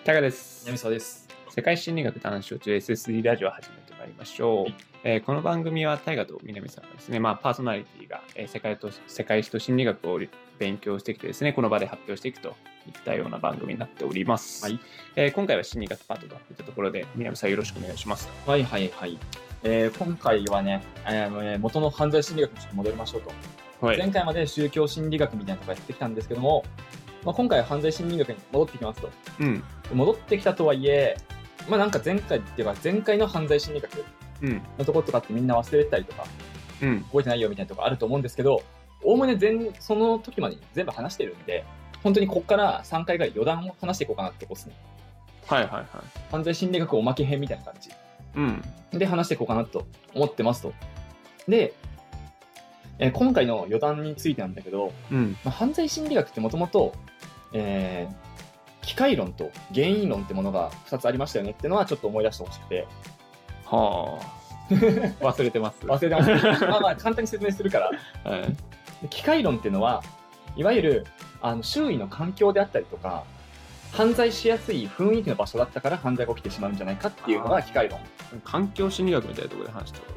タカです。 南沢です。 世界心理学談笑中 SSD ラジオを始めてまいりましょう。この番組はタイガと南さんがですね、パーソナリティが世界史と心理学を勉強してきてですね、この場で発表していくといったような番組になっております。はい。今回は心理学パートといったところで、南さんよろしくお願いします。 はいはいはい。今回はね、元の犯罪心理学にちょっと戻りましょうと。はい、前回まで宗教心理学みたいなとこやってきたんですけども、今回は犯罪心理学に戻ってきますと。戻ってきたとはいえ、なんか前回っていうか前回の犯罪心理学のところとかってみんな忘れてたりとか、覚えてないよみたいなところあると思うんですけど、おおむねその時までに全部話してるんで、本当にここから3回ぐらい余談を話していこうかなってことですね。 はいはいはい。 犯罪心理学おまけ編みたいな感じ。で話していこうかなと思ってますと。で、今回の余談についてなんだけど、犯罪心理学ってもともと機械論と原因論ってものが2つありましたよねってのはちょっと思い出してほしくて。 はあ。忘れてます。 忘れてます。簡単に説明するから。機械論っていうのは、いわゆる周囲の環境であったりとか、犯罪しやすい雰囲気の場所だったから犯罪が起きてしまうんじゃないかっていうのが機械論。 環境心理学みたいなところで話した。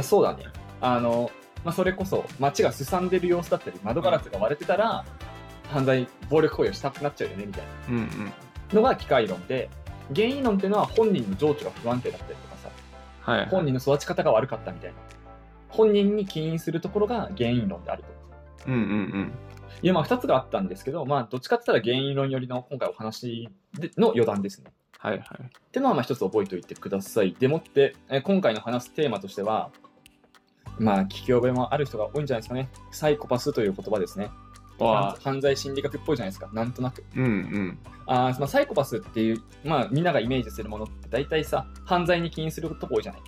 そうだね。それこそ街がすさんでる様子だったり、窓ガラスが割れてたら、暴力行為をしたくなっちゃうよねみたいなのが機械論で、原因論っていうのは本人の情緒が不安定だったりとかさ、本人の育ち方が悪かったみたいな、本人に起因するところが原因論であると。いや2つがあったんですけど、どっちかって言ったら原因論寄りの今回お話の余談ですね。ってのは一つ覚えておいてください。でもって、今回の話すテーマとしては、聞き覚えもある人が多いんじゃないですかね。サイコパスという言葉ですね。犯罪心理学っぽいじゃないですか、なんとなく。サイコパスっていう、みんながイメージするものって大体さ、犯罪に起因するとこ多いじゃない。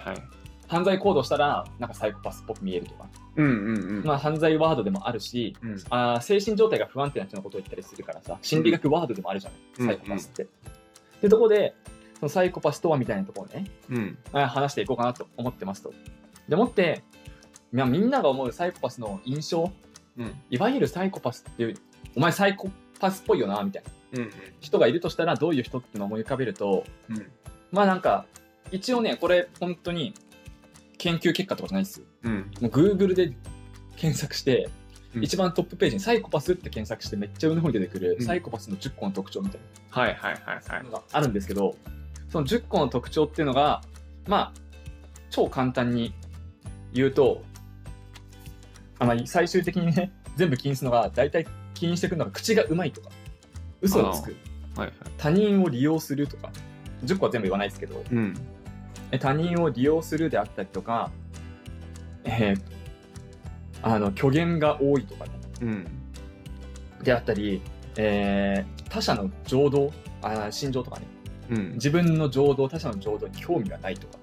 犯罪行動したらなんかサイコパスっぽく見えるとか、犯罪ワードでもあるし、精神状態が不安定な人のことを言ったりするからさ、心理学ワードでもあるじゃない、サイコパスって。でとこでそのサイコパスとはみたいなところをね、話していこうかなと思ってますと。でもってみんなが思うサイコパスの印象、いわゆるサイコパスっていう、お前サイコパスっぽいよなみたいな、人がいるとしたらどういう人っていうのを思い浮かべると、なんか一応ね、これ本当に研究結果とかじゃないですよ。もう Google で検索して、一番トップページにサイコパスって検索してめっちゃ上の方に出てくる、サイコパスの10個の特徴みたいなのがあるんですけど、その10個の特徴っていうのが超簡単に言うと、最終的にね、全部起因するのが、大体起因してくるのが口がうまいとか、嘘をつく、他人を利用するとか、10個は全部言わないですけど、他人を利用するであったりとか、虚言が多いとかね、であったり、他者の情動、心情とかね、自分の情動、他者の情動に興味がないとか、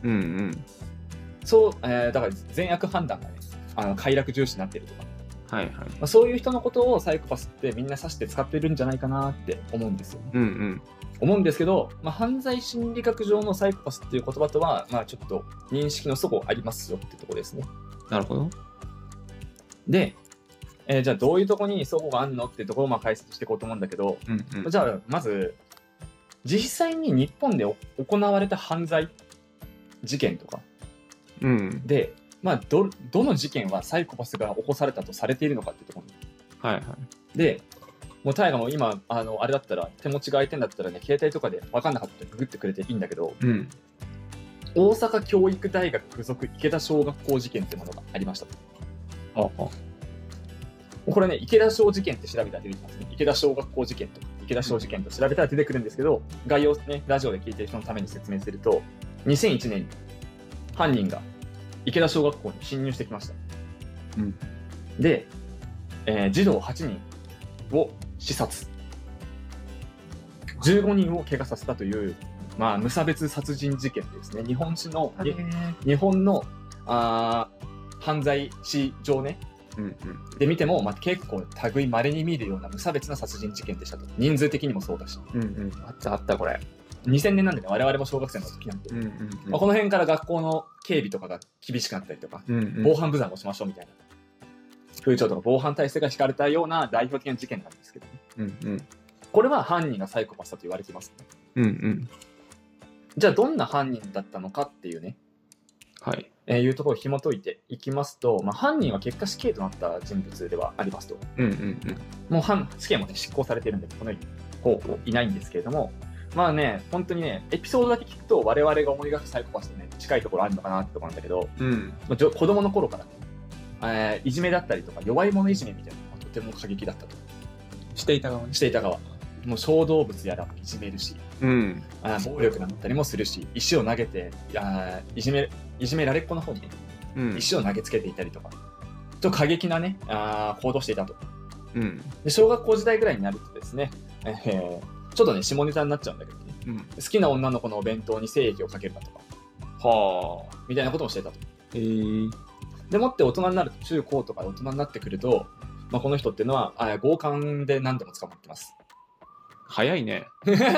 そう、だから善悪判断がね、快楽重視になっているとか、そういう人のことをサイコパスってみんな指して使ってるんじゃないかなって思うんですよ。思うんですけど、犯罪心理学上のサイコパスっていう言葉とは、ちょっと認識の齟齬ありますよってとこですね。 なるほど。 で、じゃあどういうとこに齟齬があるのってところを解説していこうと思うんだけど、じゃあまず実際に日本で行われた犯罪事件とか、で、どの事件はサイコパスが起こされたとされているのかっていうところに。で、もう大河も今あれだったら手持ちが空いてんだったらね、携帯とかで分かんなかったらググってくれていいんだけど、大阪教育大学附属池田小学校事件ってものがありましたと。これね、池田小事件って調べたら出てきますね。池田小学校事件とか池田小事件と調べたら出てくるんですけど、概要ね、ラジオで聞いてる人のために説明すると、2001年に犯人が池田小学校に侵入してきました。で、児童8人を刺殺、15人を怪我させたという、無差別殺人事件ですね。日本の犯罪史上ね、で見ても、結構類稀に見るような無差別な殺人事件でしたと。人数的にもそうだし。あったこれ。2000年なんでね、我々も小学生の時なんで、この辺から学校の警備とかが厳しくなったりとか、防犯ブザーもしましょうみたいな風潮とか防犯体制が敷かれたような代表的な事件なんですけどね。 これは犯人がサイコパスだと言われていますね。 うんうん。 じゃあどんな犯人だったのかっていうね、 はい。 いうところを紐解いていきますと、犯人は結果死刑となった人物ではありますと。 うんうんうん。 もう死刑もね、執行されてるんで、このようにいないんですけれども、本当にね、エピソードだけ聞くと、我々が思い描くサイコパスとね、近いところあるのかなってところなんだけど、子供の頃からね、いじめだったりとか、弱い者いじめみたいなのがとても過激だったと。 していた側ね。 していた側。もう小動物やらいじめるし、暴力だったりもするし、石を投げて、いじめられっ子の方に、石を投げつけていたりとか、ちょっと過激なね、行動していたと。で小学校時代ぐらいになるとですね、ちょっとね、下ネタになっちゃうんだけどね、好きな女の子のお弁当に精液をかけるなとか、みたいなこともしてたと。でもって大人になると、中高とか大人になってくると、この人っていうのは強姦で何度も捕まってます。 早いね。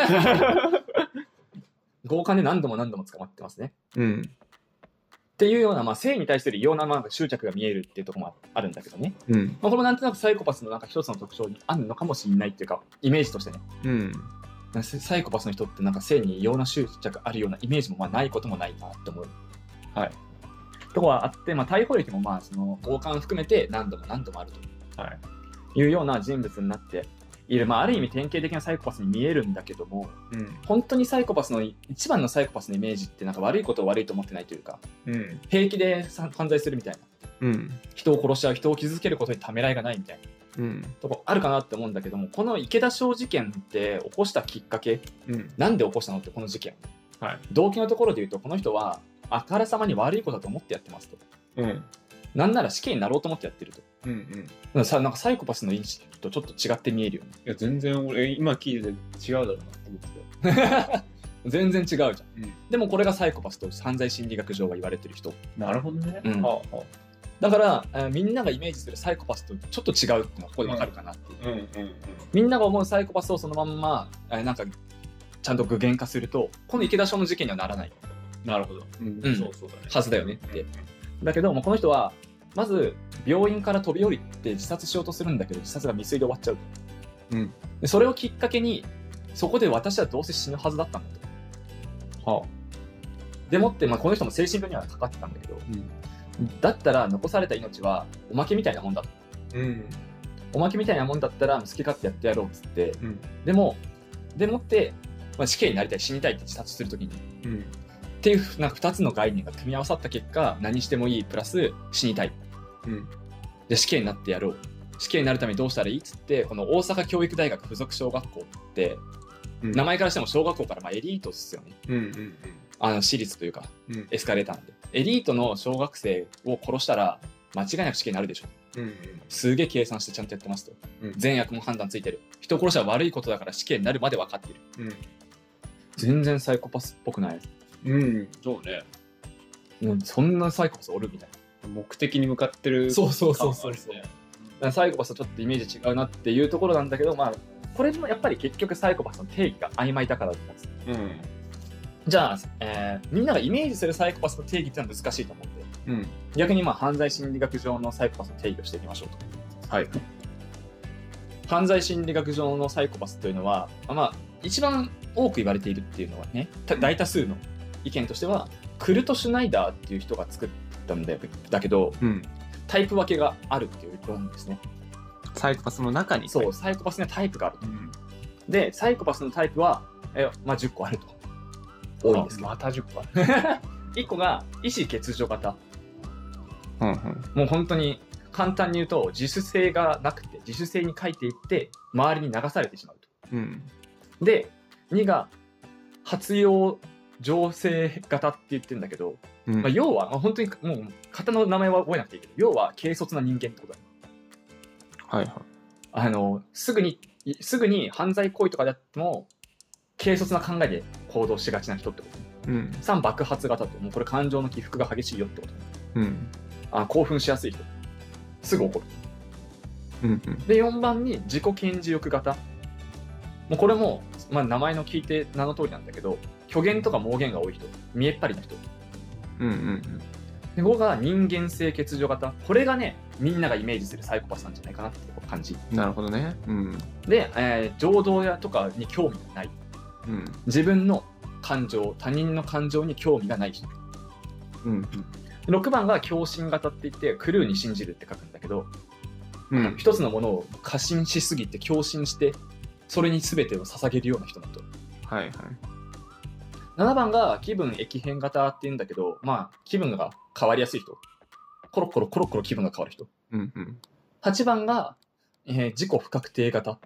強姦で何度も捕まってますね。っていうような、性に対する異様な執着が見えるっていうところもあるんだけどね。これもなんとなくサイコパスの一つの特徴にあるのかもしれないっていうか、イメージとしてね。サイコパスの人って性に異様な執着あるようなイメージもないこともないなって思う。とこはあって、逮捕歴もその強姦含めて何度もあるというような人物になっている。ある意味典型的なサイコパスに見えるんだけども、本当にサイコパスの一番のサイコパスのイメージって悪いことを悪いと思ってないというか、平気で犯罪するみたいな、人を殺し合う、人を傷つけることにためらいがないみたいな、とこあるかなって思うんだけども、この池田翔事件って起こしたきっかけ、なんで起こしたのってこの事件、動機のところで言うと、この人はあからさまに悪いことだと思ってやってますと。なんなら死刑になろうと思ってやってると。サイコパスの意識とちょっと違って見えるよね。 いや、全然俺今聞いて違うだろうなって思ってた。 全然違うじゃん。でもこれがサイコパスと犯罪心理学上は言われてる人。 なるほどね。 だからみんながイメージするサイコパスとちょっと違うっていうのはここでわかるかなっていう。みんなが思うサイコパスをそのまんまちゃんと具現化すると、この池田翔の事件にはならない。 なるほど。 そうだね。はずだよねって。だけどこの人はまず病院から飛び降りて自殺しようとするんだけど、自殺が未遂で終わっちゃう。でそれをきっかけに、そこで私はどうせ死ぬはずだったんだと。でもって、この人も精神病にはかかってたんだけど、だったら残された命はおまけみたいなもんだと。おまけみたいなもんだったら好き勝手やってやろうっつって、でもって、死刑になりたい、死にたいって自殺するときに、っていう2つの概念が組み合わさった結果、何してもいいプラス死にたい、で死刑になってやろう、死刑になるためにどうしたらいいっつって、この大阪教育大学附属小学校って、名前からしても小学校からエリートですよね。私立というか、エスカレーターなんで、エリートの小学生を殺したら間違いなく死刑になるでしょ。すげえ計算してちゃんとやってますと。善悪も判断ついてる。人を殺したら悪いことだから死刑になるまで分かってる。全然サイコパスっぽくない。 そうね。 もうそんなサイコパスおるみたいな。 目的に向かってる。 そう。サイコパスとちょっとイメージ違うなっていうところなんだけど、これもやっぱり結局サイコパスの定義が曖昧だからだったんです。じゃあ、みんながイメージするサイコパスの定義ってのは難しいと思うんで、逆に犯罪心理学上のサイコパスの定義をしていきましょうと。犯罪心理学上のサイコパスというのは、一番多く言われているっていうのはね、大多数の意見としてはクルト・シュナイダーっていう人が作ったんだけど、タイプ分けがあるっていうことなんですね。 サイコパスの中に。 サイコパスにはタイプがある。でサイコパスのタイプは、10個あると。多いんですけど、 また10個ある。 1個が意思欠如型。もう本当に簡単に言うと、自主性がなくて自主性に書いていって周りに流されてしまうと。で2が発用情勢型って言ってるんだけど、要は、本当にもう型の名前は覚えなくていいけど、要は軽率な人間ってことだ。すぐに犯罪行為とかであっても軽率な考えで行動しがちな人ってこと。3爆発型と、もうこれ感情の起伏が激しいよってこと。興奮しやすい人、すぐ怒る。で4番に自己顕示欲型。もうこれも、名前の聞いて名の通りなんだけど、虚言とか妄言が多い人、見えっ張りな人。で5が人間性欠如型。これがね、 みんながイメージするサイコパスなんじゃないかなっていう感じ。 なるほどね。うん、 で、情動やとかに興味がない、 うん、 自分の感情、他人の感情に興味がない人。 うん、 6番が共振型って言って狂うに信じるって書くんだけど、 うん、 一つのものを過信しすぎて共振してそれに全てを捧げるような人だと。 はいはい。 7番が気分駅変型って言うんだけど、まあ気分が変わりやすい人、コロコロ気分が変わる人。 うんうん、 8番が、自己不確定型。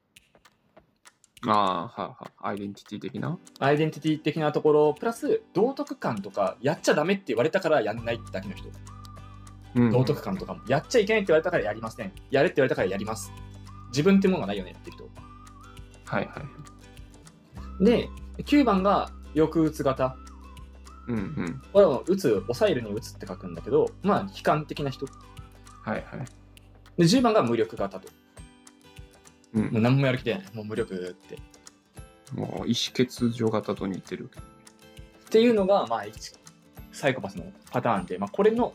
アイデンティティ的なアイデンティティ的なところプラス道徳感とかやっちゃダメって言われたからやんないってだけの人、道徳感とかもやっちゃいけないって言われたからやりません、やれって言われたからやります、自分ってものがないよねって人。 はいはい。 で9番が抑うつ型。これはうつ、抑えるにうつって書くんだけど、まあ悲観的な人。 はいはい。 で10番が無力型と。 もう何もやる気でない、もう無力って。 もう意思欠如型と似てる。 っていうのが、まあ、サイコパスのパターンで、まあ、これの、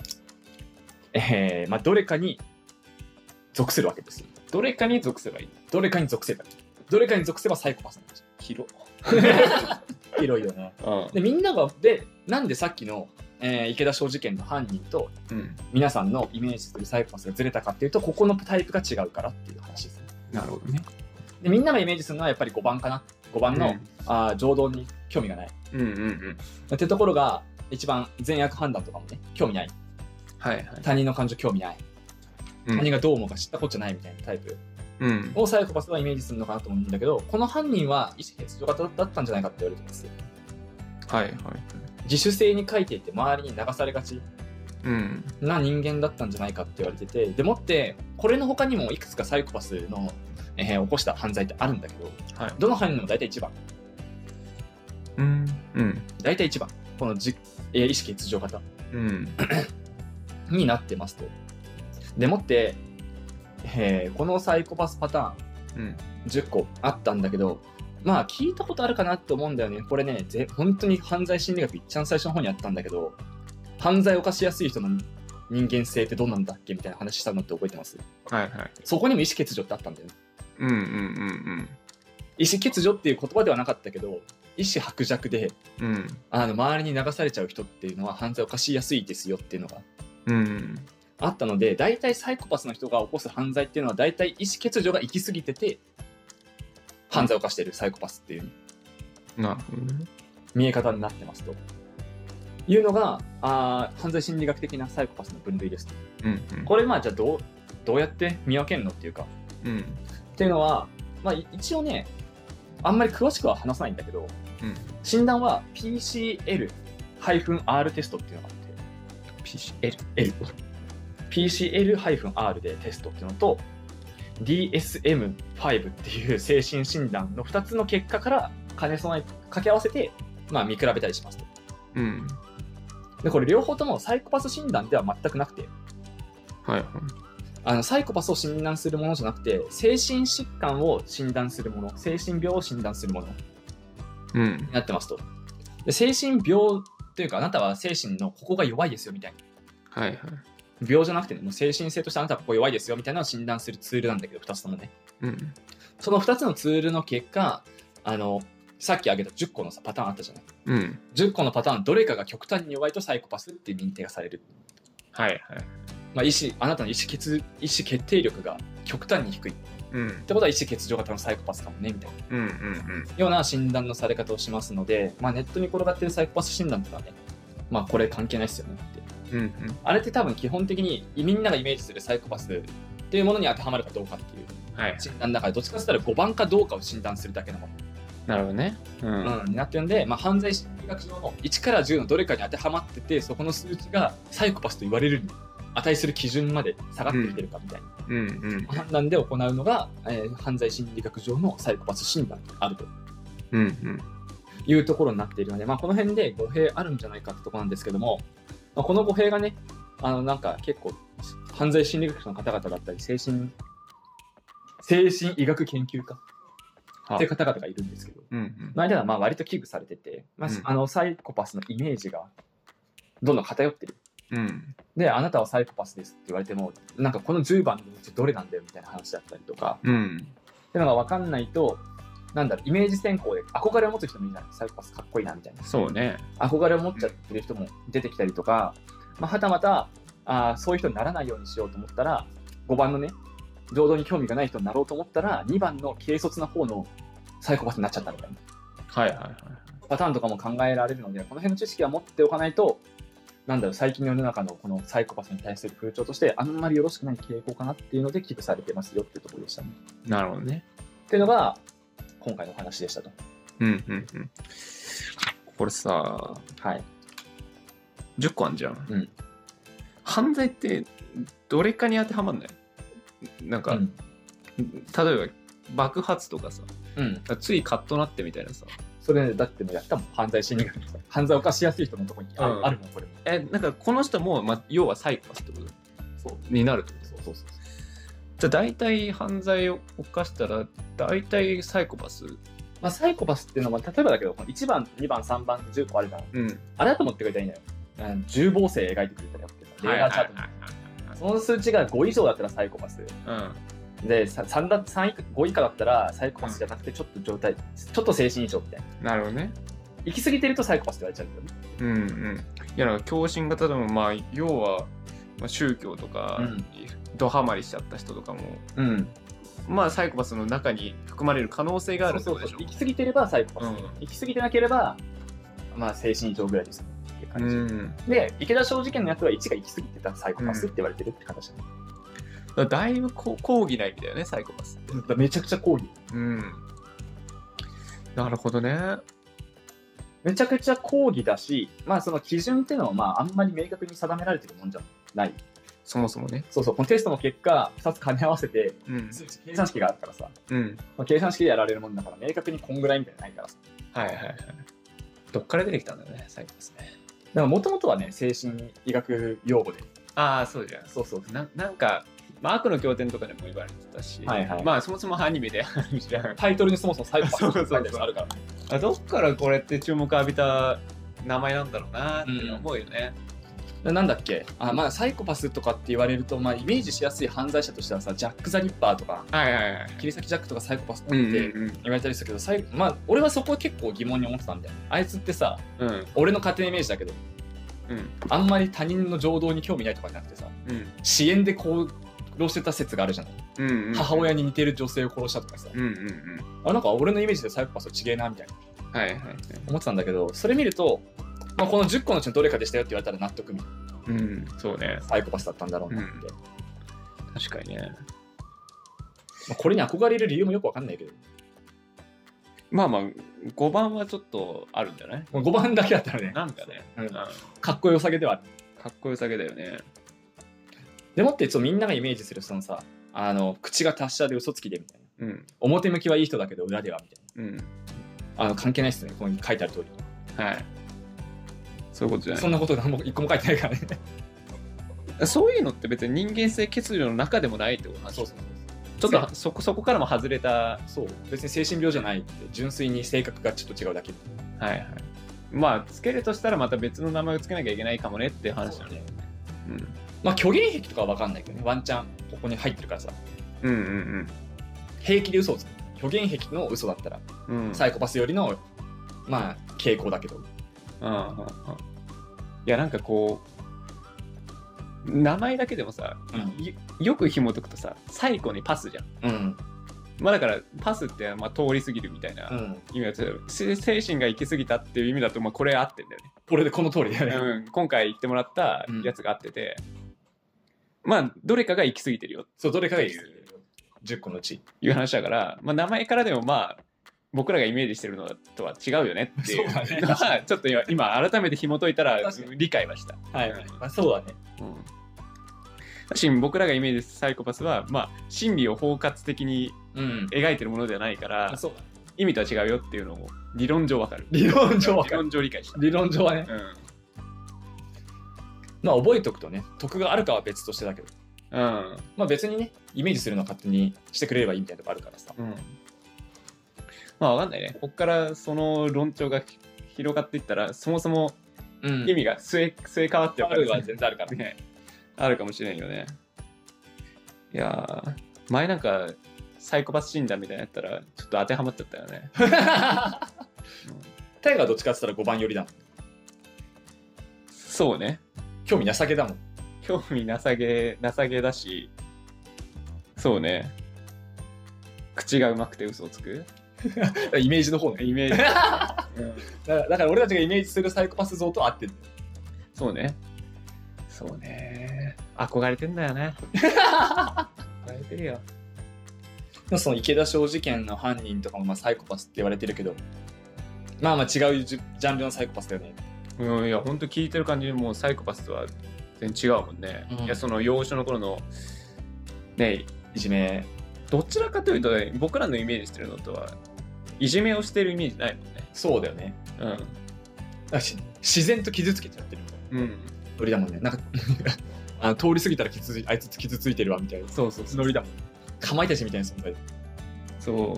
まあ、どれかに属するわけですよ。 どれかに属せばいい。 どれかに属せばいい。どれかに属せばサイコパスなんですよ。広いよね。でみんながなんでさっきの、池田小事件の犯人と、皆さんのイメージするサイコパスがずれたかっていうと、ここのタイプが違うからっていう話です。 なるほどね。 でみんながイメージするのはやっぱり5番かな。5番の、情動に興味がない。っていうところが一番善悪判断とかもね、興味ない。 はいはい、 他人の感情興味ない。他人がどう思うか知ったことじゃないみたいなタイプをサイコパスはイメージするのかなと思うんだけど、この犯人は意思欠如型だったんじゃないかって言われてます。 はいはい。 自主性に書いていて周りに流されがちな人間だったんじゃないかって言われてて、でもってこれの他にもいくつかサイコパスの、起こした犯罪ってあるんだけど、どの犯人も大体1番。大体1番。この意思欠如型、になってますと。でもって、このサイコパスパターン、10個あったんだけど、まあ聞いたことあるかなって思うんだよね。これね、本当に犯罪心理学一番最初の方にあったんだけど、犯罪を犯しやすい人の人間性ってどうなんだっけみたいな話したのって覚えてます？ はいはい。 そこにも意思欠如ってあったんだよね。意思欠如っていう言葉ではなかったけど、意思薄弱で、周りに流されちゃう人っていうのは犯罪を犯しやすいですよっていうのが、あったので、大体サイコパスの人が起こす犯罪っていうのは大体意思欠如が行き過ぎてて犯罪を犯しているサイコパスっていう見え方になってますというのが犯罪心理学的なサイコパスの分類ですと。これまあじゃあどうやって見分けるのっていうか、っていうのは、まあ、一応ねあんまり詳しくは話さないんだけど、診断は PCL-R テストっていうのがあって、PCL-R でテストっていうのと DSM-5 っていう精神診断の2つの結果から掛け合わせて、まあ、見比べたりしますと。でこれ両方ともサイコパス診断では全くなくて、サイコパスを診断するものじゃなくて精神疾患を診断するもの、精神病を診断するものになってますと。で精神病というかあなたは精神のここが弱いですよみたいな、病じゃなくてね、もう精神性としてあなたはここ弱いですよみたいなのを診断するツールなんだけど、2つともね、その2つのツールの結果、さっき挙げた10個のパターンあったじゃない、10個のパターンどれかが極端に弱いとサイコパスっていう認定がされる。まあ、あなたの意思決定力が極端に低い、ってことは意思欠如型のサイコパスかもねみたいな、ような診断のされ方をしますので、まあ、ネットに転がってるサイコパス診断とかね、まあこれ関係ないですよねって、あれって多分基本的にみんながイメージするサイコパスっていうものに当てはまるかどうかっていう診断だから、どっちかといったら5番かどうかを診断するだけのもの。 なるほどね。 になってるんで、まあ、犯罪心理学上の1から10のどれかに当てはまってて、そこの数値がサイコパスと言われるに値する基準まで下がってきてるかみたいな、判断で行うのが、犯罪心理学上のサイコパス診断であると、いうところになっているので、まあ、この辺で語弊あるんじゃないかってところなんですけども、まあ、この語弊がね、なんか結構犯罪心理学者の方々だったり精神医学研究家っていう方々がいるんですけど、前ではまあ割と危惧されてて、サイコパスのイメージがどんどん偏ってる。 うん、 で、あなたはサイコパスですって言われても、なんかこの10番のうちどれなんだよみたいな話だったりとか、 うん、 っていうのが分かんないと、なんだろう、イメージ先行で憧れを持つ人もいるじゃない、サイコパスかっこいいなみたいな。 そうね。 憧れを持っちゃってる人も出てきたりとか、まあ、はたまたそういう人にならないようにしようと思ったら、5番のね、情動に興味がない人になろうと思ったら、2番の軽率な方のサイコパスになっちゃったみたいな。 はいはいはい。 パターンとかも考えられるので、この辺の知識は持っておかないと、なんだろう、最近の世の中のこのサイコパスに対する風潮として、あんまりよろしくない傾向かなっていうので、危惧されてますよっていうところでしたね。 なるほどね。 っていうのが、今回のお話でしたと。 うんうんうん。これさ、 はい。 10個あんじゃん。 うん。 犯罪ってどれかに当てはまんない？なんか、例えば爆発とかさ、ついカッとなってみたいなさ。 それだってもうやったもん、犯罪心理学でさ。犯罪を犯しやすい人のところにあるもん、これも。 なんかこの人も、まあ、要はサイコパスってことそうになるってこと？そう。じゃあ大体犯罪を犯したら大体サイコパス？ まあサイコパスっていうのは、例えばだけど、1番、2番、3番、10個あるじゃん。あれだと思ってくれたらいいんだよ。重棒星描いてくれたらよくて、レーダーチャートに。その数値が5以上だったらサイコパス。で、5以下だったらサイコパスじゃなくて、ちょっと精神異常みたいな。なるほどね。 行き過ぎてるとサイコパスって言われちゃうんだよね。 いや、なんか狂信型でも、まあ、要は、まあ、宗教とか、ドハマりしちゃった人とかも、まあ、サイコパスの中に含まれる可能性があるってことでしょ。 行き過ぎてればサイコパス。行き過ぎてなければ、まあ、精神異常ぐらいですって感じ。で、池田小事件のやつは1が行き過ぎてたサイコパスって言われてるって形だね。 だいぶ抗議な意味だよね、サイコパスって。 めちゃくちゃ抗議。 なるほどね。 めちゃくちゃ抗議だし、まあその基準っていうのはまああんまり明確に定められてるもんじゃない。 そもそもね。 このテストの結果、2つ兼ね合わせて、計算式があるからさ、計算式でやられるもんだから、明確にこんぐらいみたいなのないからさ。 どっから出てきたんだよね、サイコパスね。 だからもともとはね、精神医学用語で。 そうじゃん。なんか、まあ、悪の経典とかでも言われてたし、まあそもそもアニメでタイトルにそもそもサイコパスって書いてあるから、 どっからこれって注目浴びた名前なんだろうなって思うよね。 なんだっけ、まあサイコパスとかって言われると、まあイメージしやすい犯罪者としてはさ、ジャック・ザ・リッパーとか、切り裂きジャックとかサイコパスって言われたりするけど、まあ俺はそこは結構疑問に思ってたんだよ。あいつってさ、俺の勝手なイメージだけど、あんまり他人の情動に興味ないとかじゃなくてさ、支援でこうしてた説があるじゃない、母親に似てる女性を殺したとかさ、なんか俺のイメージでサイコパスは違えなみたいな、思ってたんだけど、それ見ると、まあ、この10個のうちのどれかでしたよって言われたら納得みたいな、そうね、サイコパスだったんだろうなって、 確かにね、 まあ、これに憧れる理由もよくわかんないけど、 まあまあ5番はちょっとあるんじゃない？ 5 番だけだったらね、 なんかね、 かっこよさげではある。 かっこよさげだよね。 でもってみんながイメージするそのさ、口が達者で嘘つきでみたいな、表向きはいい人だけど裏ではみたいな、関係ないっすね、ここに書いてある通り。そういうことじゃない。そんなこと何も一個も書いてないからね。 そういうのって別に人間性欠如の中でもないってことなんですよ。ちょっとそこからも外れた。 別に精神病じゃないって、純粋に性格がちょっと違うだけ。 まあつけるとしたらまた別の名前をつけなきゃいけないかもねっていう話だね。 まあ虚言癖とかは分かんないけどね、ワンチャンここに入ってるからさ、平気で嘘をつく、虚言癖の嘘だったら、サイコパスよりのまあ傾向だけど、 いやなんかこう名前だけでもさ、よく紐解くとさ、サイコにパスじゃん。まあだからパスってまあ通り過ぎるみたいな意味だと、精神が行き過ぎたっていう意味だと、まあこれ合ってんだよね。 これでこの通りだよね。 今回言ってもらったやつが合ってて、まあどれかが行き過ぎてるよ。 どれかが行き過ぎてるよ。10個のうちいう話だから、まあ名前からでもまあ僕らがイメージしてるのとは違うよねっていうのはちょっと今改めて紐解いたら理解はした。 そうだね。 僕らがイメージするサイコパスは、まあ、心理を包括的に描いてるものではないから、意味とは違うよっていうのを理論上わかる。 理論上理解した。 理論上はね。まあ覚えておくとね、得があるかは別としてだけど、まあ別にね、イメージするのを勝手にしてくれればいいみたいなとこあるからさ。まあわかんないね。ここからその論調が広がっていったら、そもそも意味が据え変わってるから、は全然あるからね。あるかもしれんよね。いやー、前なんかサイコパス診断みたいなやったらちょっと当てはまっちゃったよね。 タイガーはどっちかって言ったら5番寄りだもん。 そうね。 興味なさげだもん。 興味なさげだし、そうね。口がうまくて嘘をつくイメージの方ね。 イメージ、 だから俺たちがイメージするサイコパス像と合ってる。 そうね。そうね。憧れてんだよね。憧れてるよ。 その池田翔事件の犯人とかもまあサイコパスって言われてるけど、まあまあ違うジャンルのサイコパスだよね。 いや、ほんと聞いてる感じでもうサイコパスとは全然違うもんね。いや、その幼少の頃のね、 いじめ。 どちらかというと、ね、僕らのイメージしてるのとはいじめをしてるイメージないもんね。 そうだよね。自然と傷つけちゃってるみたいな。ノリだもんね。なんか通り過ぎたらあいつ傷ついてるわみたいな。 そうノリだもん。かまいたちみたいな存在。 そう。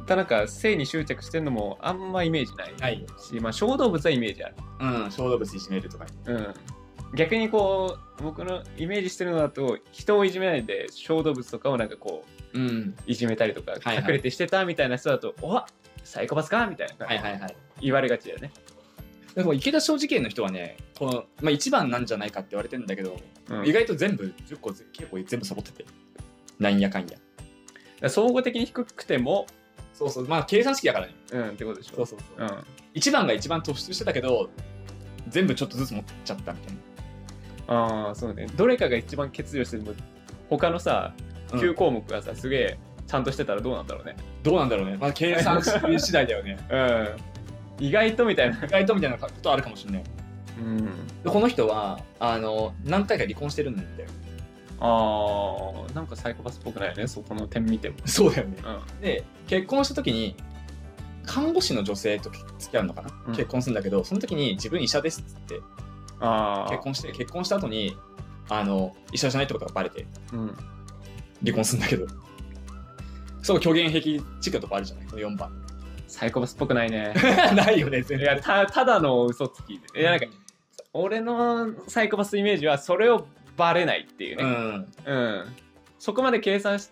なんか性に執着してるのもあんまイメージないし、まあ小動物はイメージある。 小動物いじめるとか。 逆にこう僕のイメージしてるのだと人をいじめないで小動物とかをなんかこう、いじめたりとか隠れてしてたみたいな人だと、おサイコパスかみたいな言われがちだよね。 でも池田翔事件の人はね、このまあ一番なんじゃないかって言われてるんだけど、意外と全部10個結構全部サボってて、なんやかんや。 総合的に低くても、 そうまあ計算式だからね。 ってことでしょ。 そう。一番が一番突出してたけど、全部ちょっとずつ持っちゃったみたいな。そうね。どれかが一番欠如しても他のさ9項目がさすげえちゃんとしてたらどうなんだろうね。 まあ計算式次第だよね。 意外とみたいなことあるかもしれない。この人は何回か離婚してるんだよ。 なんかサイコパスっぽくないよね、そこの点見ても。 そうだよね。で結婚した時に看護師の女性と付き合うのかな、結婚するんだけど、その時に自分医者ですっつって結婚した後に医者じゃないってことがバレて、離婚するんだけど、そう虚言癖チクとかあるじゃない、この4番。 サイコパスっぽくないね。 ないよね、全然。 いや、ただの嘘つきで。なんか俺のサイコパスイメージはそれをバレないっていうね。そこまで計算して、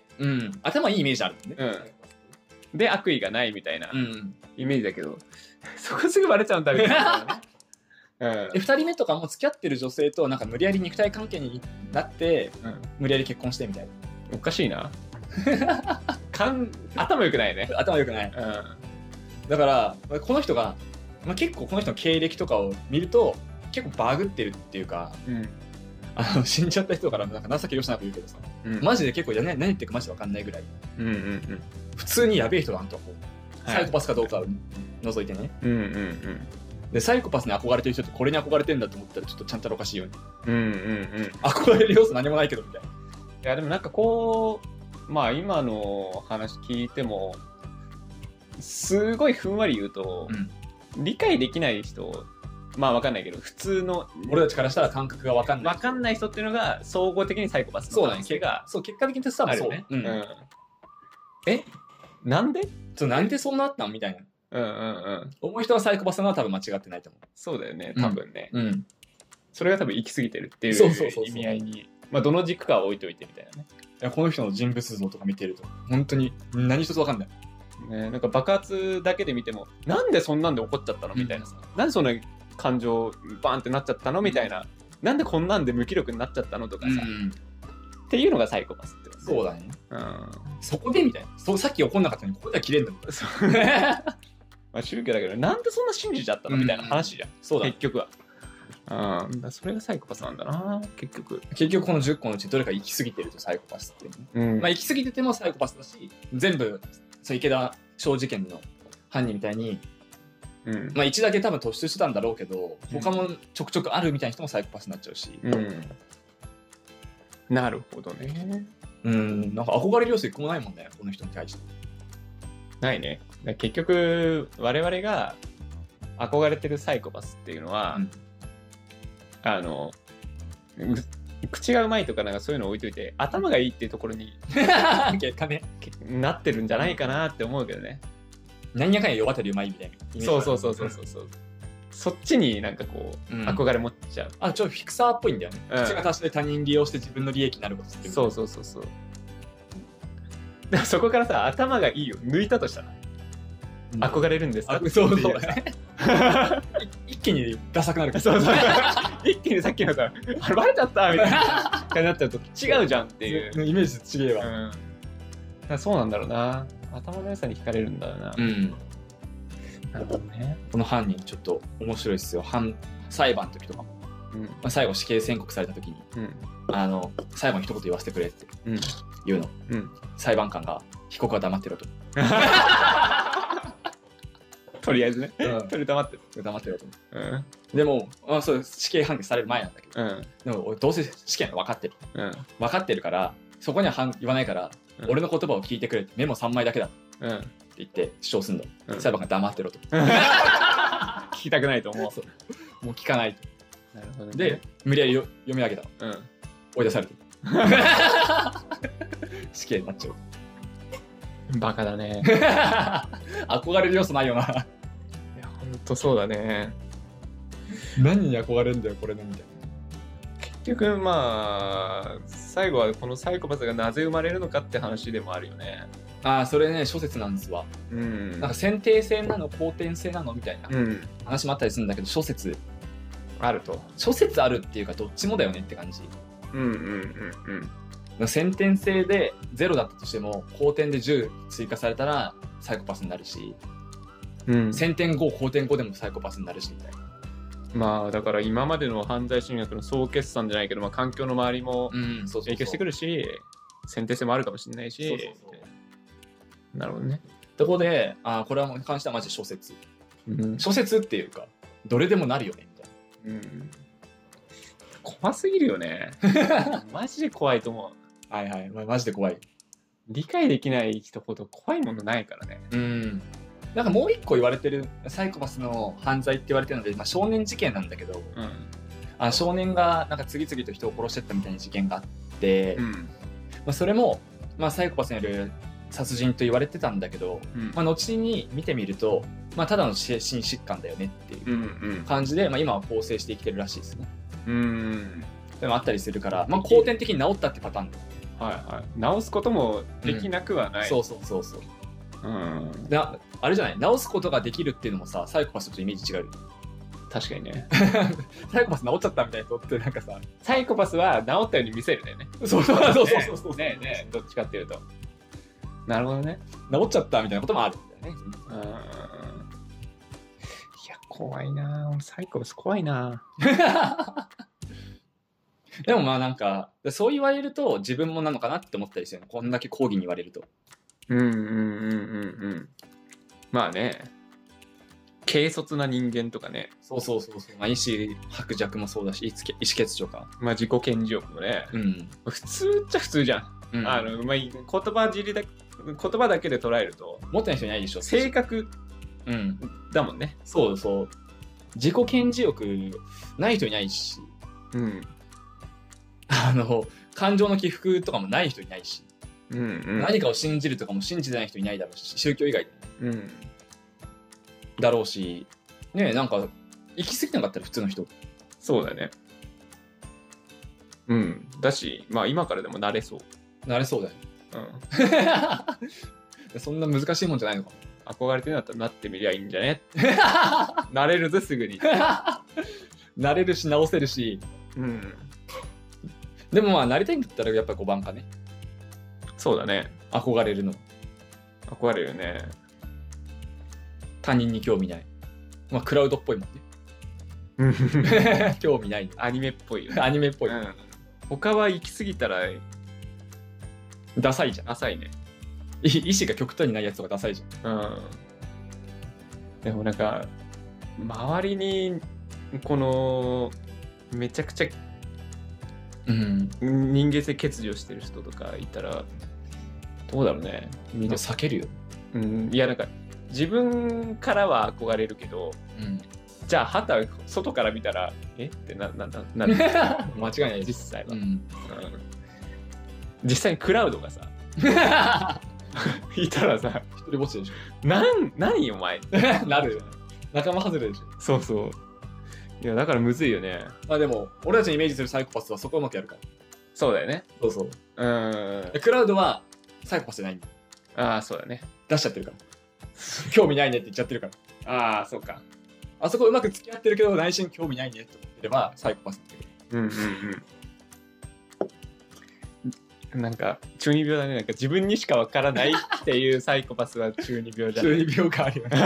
頭いいイメージあるもんね。 で悪意がないみたいなイメージだけど、そこすぐバレちゃうんだみたいな。 2人目とかも付き合ってる女性となんか無理やり肉体関係になって、無理やり結婚してみたいな。 おかしいな。頭良くないね。 頭良くない。だからこの人が、結構この人の経歴とかを見ると結構バグってるっていうか、死んじゃった人からなんか情けよしなく言うけどさ、マジで結構何言ってるかマジで分かんないぐらい、普通にやべえ人だなと思う。サイコパスかどうかを除いてね。でサイコパスに憧れてる人ってこれに憧れてるんだと思ったらちょっとちゃんとおかしいよね。憧れる要素何もないけどみたいな。いやでもなんかこうまあ今の話聞いてもすごいふんわり言うと、理解できない人、まあ分かんないけど普通の俺たちからしたら感覚が分かんない人っていうのが総合的にサイコパスの関係がそう結果的にさあるよね。 なんでなんでそんなあったんみたいな。思う人はサイコパスなのは多分間違ってないと思う。 そうだよね、多分ね。それが多分行き過ぎてるっていう意味合いに、まあどの軸かは置いといてみたいなね。 いやこの人の人物像とか見てると本当に何一つ分かんない。 なんか爆発だけで見てもなんでそんなんで怒っちゃったのみたいなさ、なんでそんな感情バーンってなっちゃったのみたいな、なんでこんなんで無気力になっちゃったのとかさ、っていうのがサイコパスってこと。 そうだね。そこでみたいな。さっき怒んなかったのにここでは切れんだもん。 まあ宗教だけどなんでそんな信じちゃったのみたいな話じゃん。そうだ。結局は。それがサイコパスなんだな。結局この10個のうちどれか行き過ぎてるとサイコパスって、まあ行き過ぎててもサイコパスだし、全部池田翔事件の犯人みたいに、まあ1だけ多分突出してたんだろうけど、他もちょくちょくあるみたいな人もサイコパスになっちゃうし。 なるほどね。 なんか憧れる要素一個もないもんね、この人に対して。 ないね。結局我々が憧れてるサイコパスっていうのは、口がうまいとかなんかそういうの置いといて頭がいいっていうところに結果ねなってるんじゃないかなって思うけどね。 何やかんや世渡りうまいみたいな。 そうそっちになんかこう、憧れ持っちゃう。 ちょっとフィクサーっぽいんだよね。口が足して他人利用して自分の利益になることする。 そう。でもそこからさ、頭がいいを抜いたとしたら、憧れるんですか？ そうね。一気にダサくなるから。 そう一気にさっきのさ、バレちゃったみたいな感じになっちゃうと違うじゃんっていうイメージ違えわ。 だからそうなんだろうな。頭の良さに惹かれるんだろうな。なるほどね。 この犯人ちょっと面白いですよ。裁判の時とかも、最後死刑宣告された時に、最後に一言言わせてくれって言うの、裁判官が被告は黙ってろと。 とりあえずね、とり黙ってろと。でも、そう死刑判決される前なんだけど、でも俺どうせ死刑分かってる。分かってるから、そこには言わないから、俺の言葉を聞いてくれって、メモ3枚だけだって言って主張すんの。裁判官黙ってろと。 聞きたくないと思う。もう聞かないと。 なるほどね。 で、無理やり読み上げたの。追い出されて。死刑になっちゃう。 バカだね。 憧れる要素ないよな。いや、 ほんとそうだね。 何に憧れるんだよ、これね、みたいな。 結局、まあ、最後はこのサイコパスがなぜ生まれるのかって話でもあるよね。 それね、諸説なんですわ。なんか先天性なの、後天性なのみたいな話もあったりするんだけど、諸説あると。 諸説あるっていうか、どっちもだよねって感じ。先天性で0だったとしても後天で10追加されたらサイコパスになるし、先天5後天5でもサイコパスになるしみたいな。 まあだから今までの犯罪心理学の総決算じゃないけど、環境の周りも影響してくるし、先天性もあるかもしれないし。なるほどね。 ところでこれは関してはマジ諸説、諸説っていうかどれでもなるよねみたいな。 怖すぎるよね。マジで怖いと思う。 マジで怖い。 理解できない人ほど怖いものないからね。 なんかもう一個言われてるサイコパスの犯罪って言われてるので、少年事件なんだけど、少年がなんか次々と人を殺してったみたいな事件があって、それも、サイコパスによる殺人と言われてたんだけど、後に見てみると、ただの精神疾患だよねっていう感じで、今は更生して生きてるらしいですね。でもあったりするから、後天的に治ったってパターンだ。治すこともできなくはない。 そう。あれじゃない、治すことができるっていうのもさ、サイコパスとイメージ違う。 確かにね。 サイコパス治っちゃったみたいな人ってなんかさ、 サイコパスは治ったように見せるんだよね。そう。ねどっちかっていうと。なるほどね。 治っちゃったみたいなこともあるんだよね。 いや、怖いな。サイコパス怖いな。 でもなんかそう言われると自分もなのかなって思ったりするの。こんだけ抗議に言われると。 まあね、軽率な人間とかね。 そう。意思薄弱もそうだし、意思欠如か。 自己顕示欲もね。普通っちゃ普通じゃん。言葉だけで捉えると持ってない人いないでしょ。 性格だもんね。 そう。自己顕示欲ない人いないし。感情の起伏とかもない人いないし、何かを信じるとかも信じてない人いないだろうし、宗教以外でも、だろうしね。なんか行き過ぎなかったら普通の人。 そうだね。だし、今からでもなれそうだよ。そんな難しいもんじゃないのかも。 憧れてるんだったらなってみりゃいいんじゃね。なれるぞすぐに。 なれるし直せるし。でもなりたいんだったらやっぱ5番かね。 そうだね。 憧れるの。 憧れるね。 他人に興味ない。クラウドっぽいもんね。興味ない。 アニメっぽいよね。アニメっぽい。 他は行き過ぎたらダサいじゃん。 ダサいね。 意志が極端にないやつとかダサいじゃん。 でもなんか周りにこのめちゃくちゃ人間性欠如してる人とかいたらどうだろうね。 みんな避けるよ。 いやなんか自分からは憧れるけど、じゃあ外から見たらってなる。 間違いない実際は。実際にクラウドがさいたらさ、 一人ぼっちでしょ。 何お前なるよね。 仲間外れでしょ。 そうそう。いやだからむずいよね。 まあでも俺たちのイメージするサイコパスはそこをうまくやるから。 そうだよね。 そうそう。 でクラウドはサイコパスじゃないんだ。 ああそうだね。 出しちゃってるから。興味ないねって言っちゃってるから。 ああそうか。 あそこうまく付き合ってるけど内心興味ないねって思ってればサイコパスなんだけど。 なんか中二病だね。なんか自分にしかわからないっていうサイコパスは中二病じゃない。 中二病感あるよね。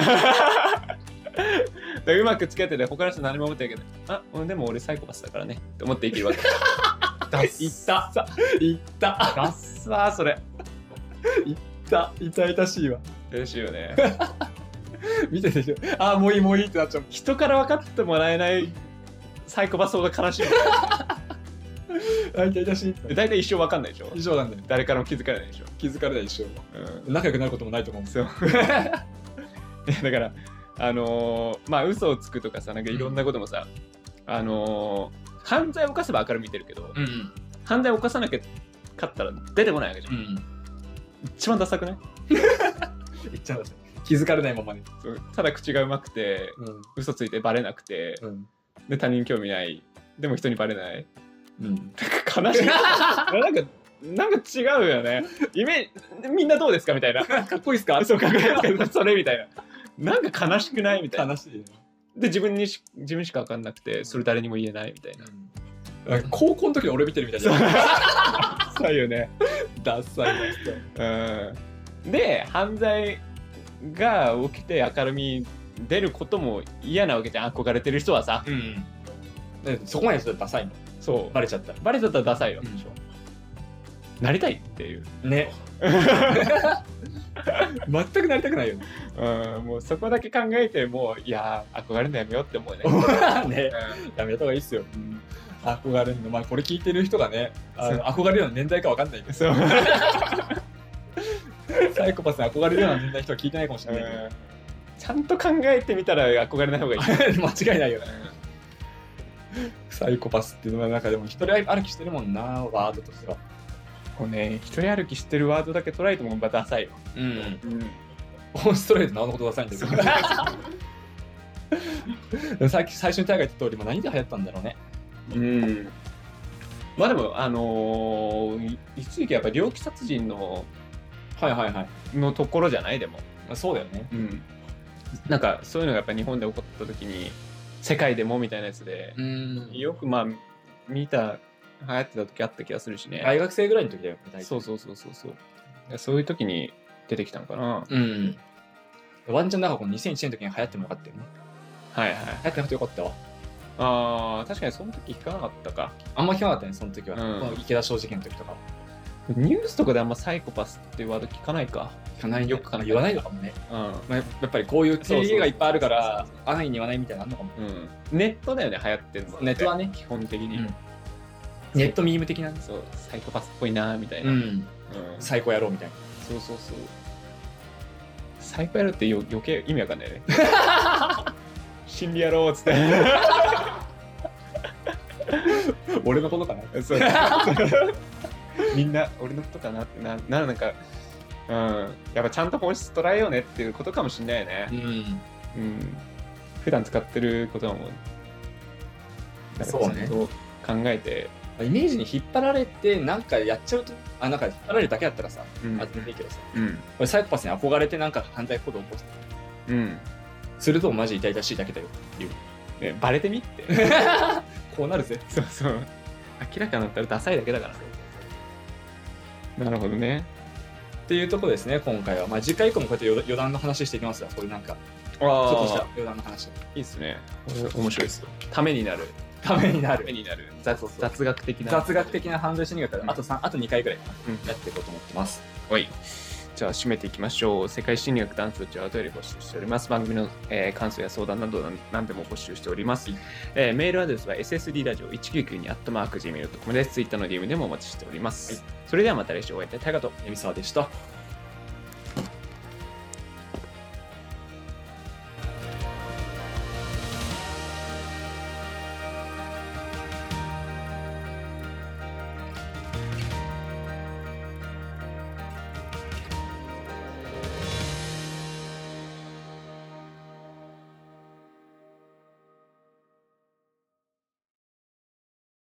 うまく付き合ってて他の人何も思ってないけど、でも俺サイコパスだからねって思って生きるわけ。 いったいったダッサーそれ。 痛々しいわ。 嬉しいよね。 見ててああもういいってなっちゃう。 人から分かってもらえないサイコパスほど悲しい。 痛々しい。 大体一生分かんないでしょ。 一生なんだよ。 誰からも気づかれないでしょ。 気づかれない一生。仲良くなることもないと思う。 そう。だからまあ嘘をつくとかさ、なんかいろんなこともさ、犯罪を犯せば明るみてるけど、犯罪を犯さなきゃかったら出てこないわけじゃん。一番ダサくない？ 言っちゃうんですよ。気づかれないままに。 ただ口がうまくて、嘘ついてバレなくて、で他人興味ない。でも人にバレない。悲しい。なんか違うよね。みんなどうですかみたいな。 かっこいいっすか？ そうかっこいいですか？それみたいな。なんか悲しくないみたいな。 悲しい。 で自分しか分かんなくてそれ誰にも言えないみたいな。 高校の時の俺見てるみたいな。 そうよね。 ダッサい。 で犯罪が起きて明るみ出ることも嫌なわけじゃん。憧れてる人はさ。 そこまでしたらダサいの。 そう。バレちゃったらダサいわけでしょ。なりたいっていう。 ね。全くなりたくないよね。 もうそこだけ考えてもういや憧れるのやめようって思うね。 ね、やめた方がいいっすよ。憧れるの、まあこれ聞いてる人がね、憧れるような年代かわかんないけど。サイコパスに憧れるような年代の人は聞いてないかもしれないけど。 ちゃんと考えてみたら憧れない方がいい。 間違いないよね。サイコパスっていうのはなんかでも一人歩きしてるもんな、ワードとしては。 こうね、一人歩きしてるワードだけ捉えてもまたダサいよ。 オンストレートなのことダサいんだけど。最初にタイが言った通り、何で流行ったんだろうね。 まあでも一時期やっぱ猟奇殺人ののところじゃないでも。 そうだよね。 なんかそういうのがやっぱ日本で起こった時に世界でもみたいなやつでよく流行ってた時あった気がするしね。 大学生ぐらいの時だよ。 そう。そういう時に出てきたのかな。 ワンチャンなんかこの2001年の時に流行ってもよかったよね。流行ってなくてよかったわ。 確かにその時聞かなかったか。 あんま聞かなかったね、その時は。この池田翔事件の時とか。 ニュースとかであんまサイコパスっていうワード聞かないか。 聞かないよくかな。言わないのかもね。やっぱりこういう定義がいっぱいあるから安易に言わないみたいなのあるのかも。 ネットだよね、流行ってるの。 ネットはね、 基本的に。 ネットミーム的な。 そう、サイコパスっぽいなみたいな。 サイコ野郎みたいな。 そう。サイコ野郎って余計意味わかんないね。心理野郎っつって。 俺のことかな。 そう。みんな俺のことかなってなんか、やっぱちゃんと本質捉えようねっていうことかもしれないよね。普段使ってることはもうそうね。考えて。 イメージに引っ張られてなんかやっちゃうとなんか引っ張られるだけだったらさ、全然いいけどさ、これサイコパスに憧れてなんか犯罪行動を起こす、するとマジ痛々しいだけだよっていう、 ね、バレてみってこうなるぜ。 そう明らかになったらダサいだけだから。なるほどねっていうところですね今回は。次回以降もこうやって余談の話していきますよ。これなんかちょっとした余談の話。 いいっすね。面白いですよ。ためになる雑学的な犯罪心理学、あと2回ぐらいやっていこうと思ってます。 はい。じゃあ締めていきましょう。世界心理学ダンスとはお便り募集しております。番組の、感想や相談など何でも募集しております。メールアドレスは ssdradio1992@gmail.com です。Twitter の DM でもお待ちしております。それではまた来週お会いいたい。タイガとエミサワでした。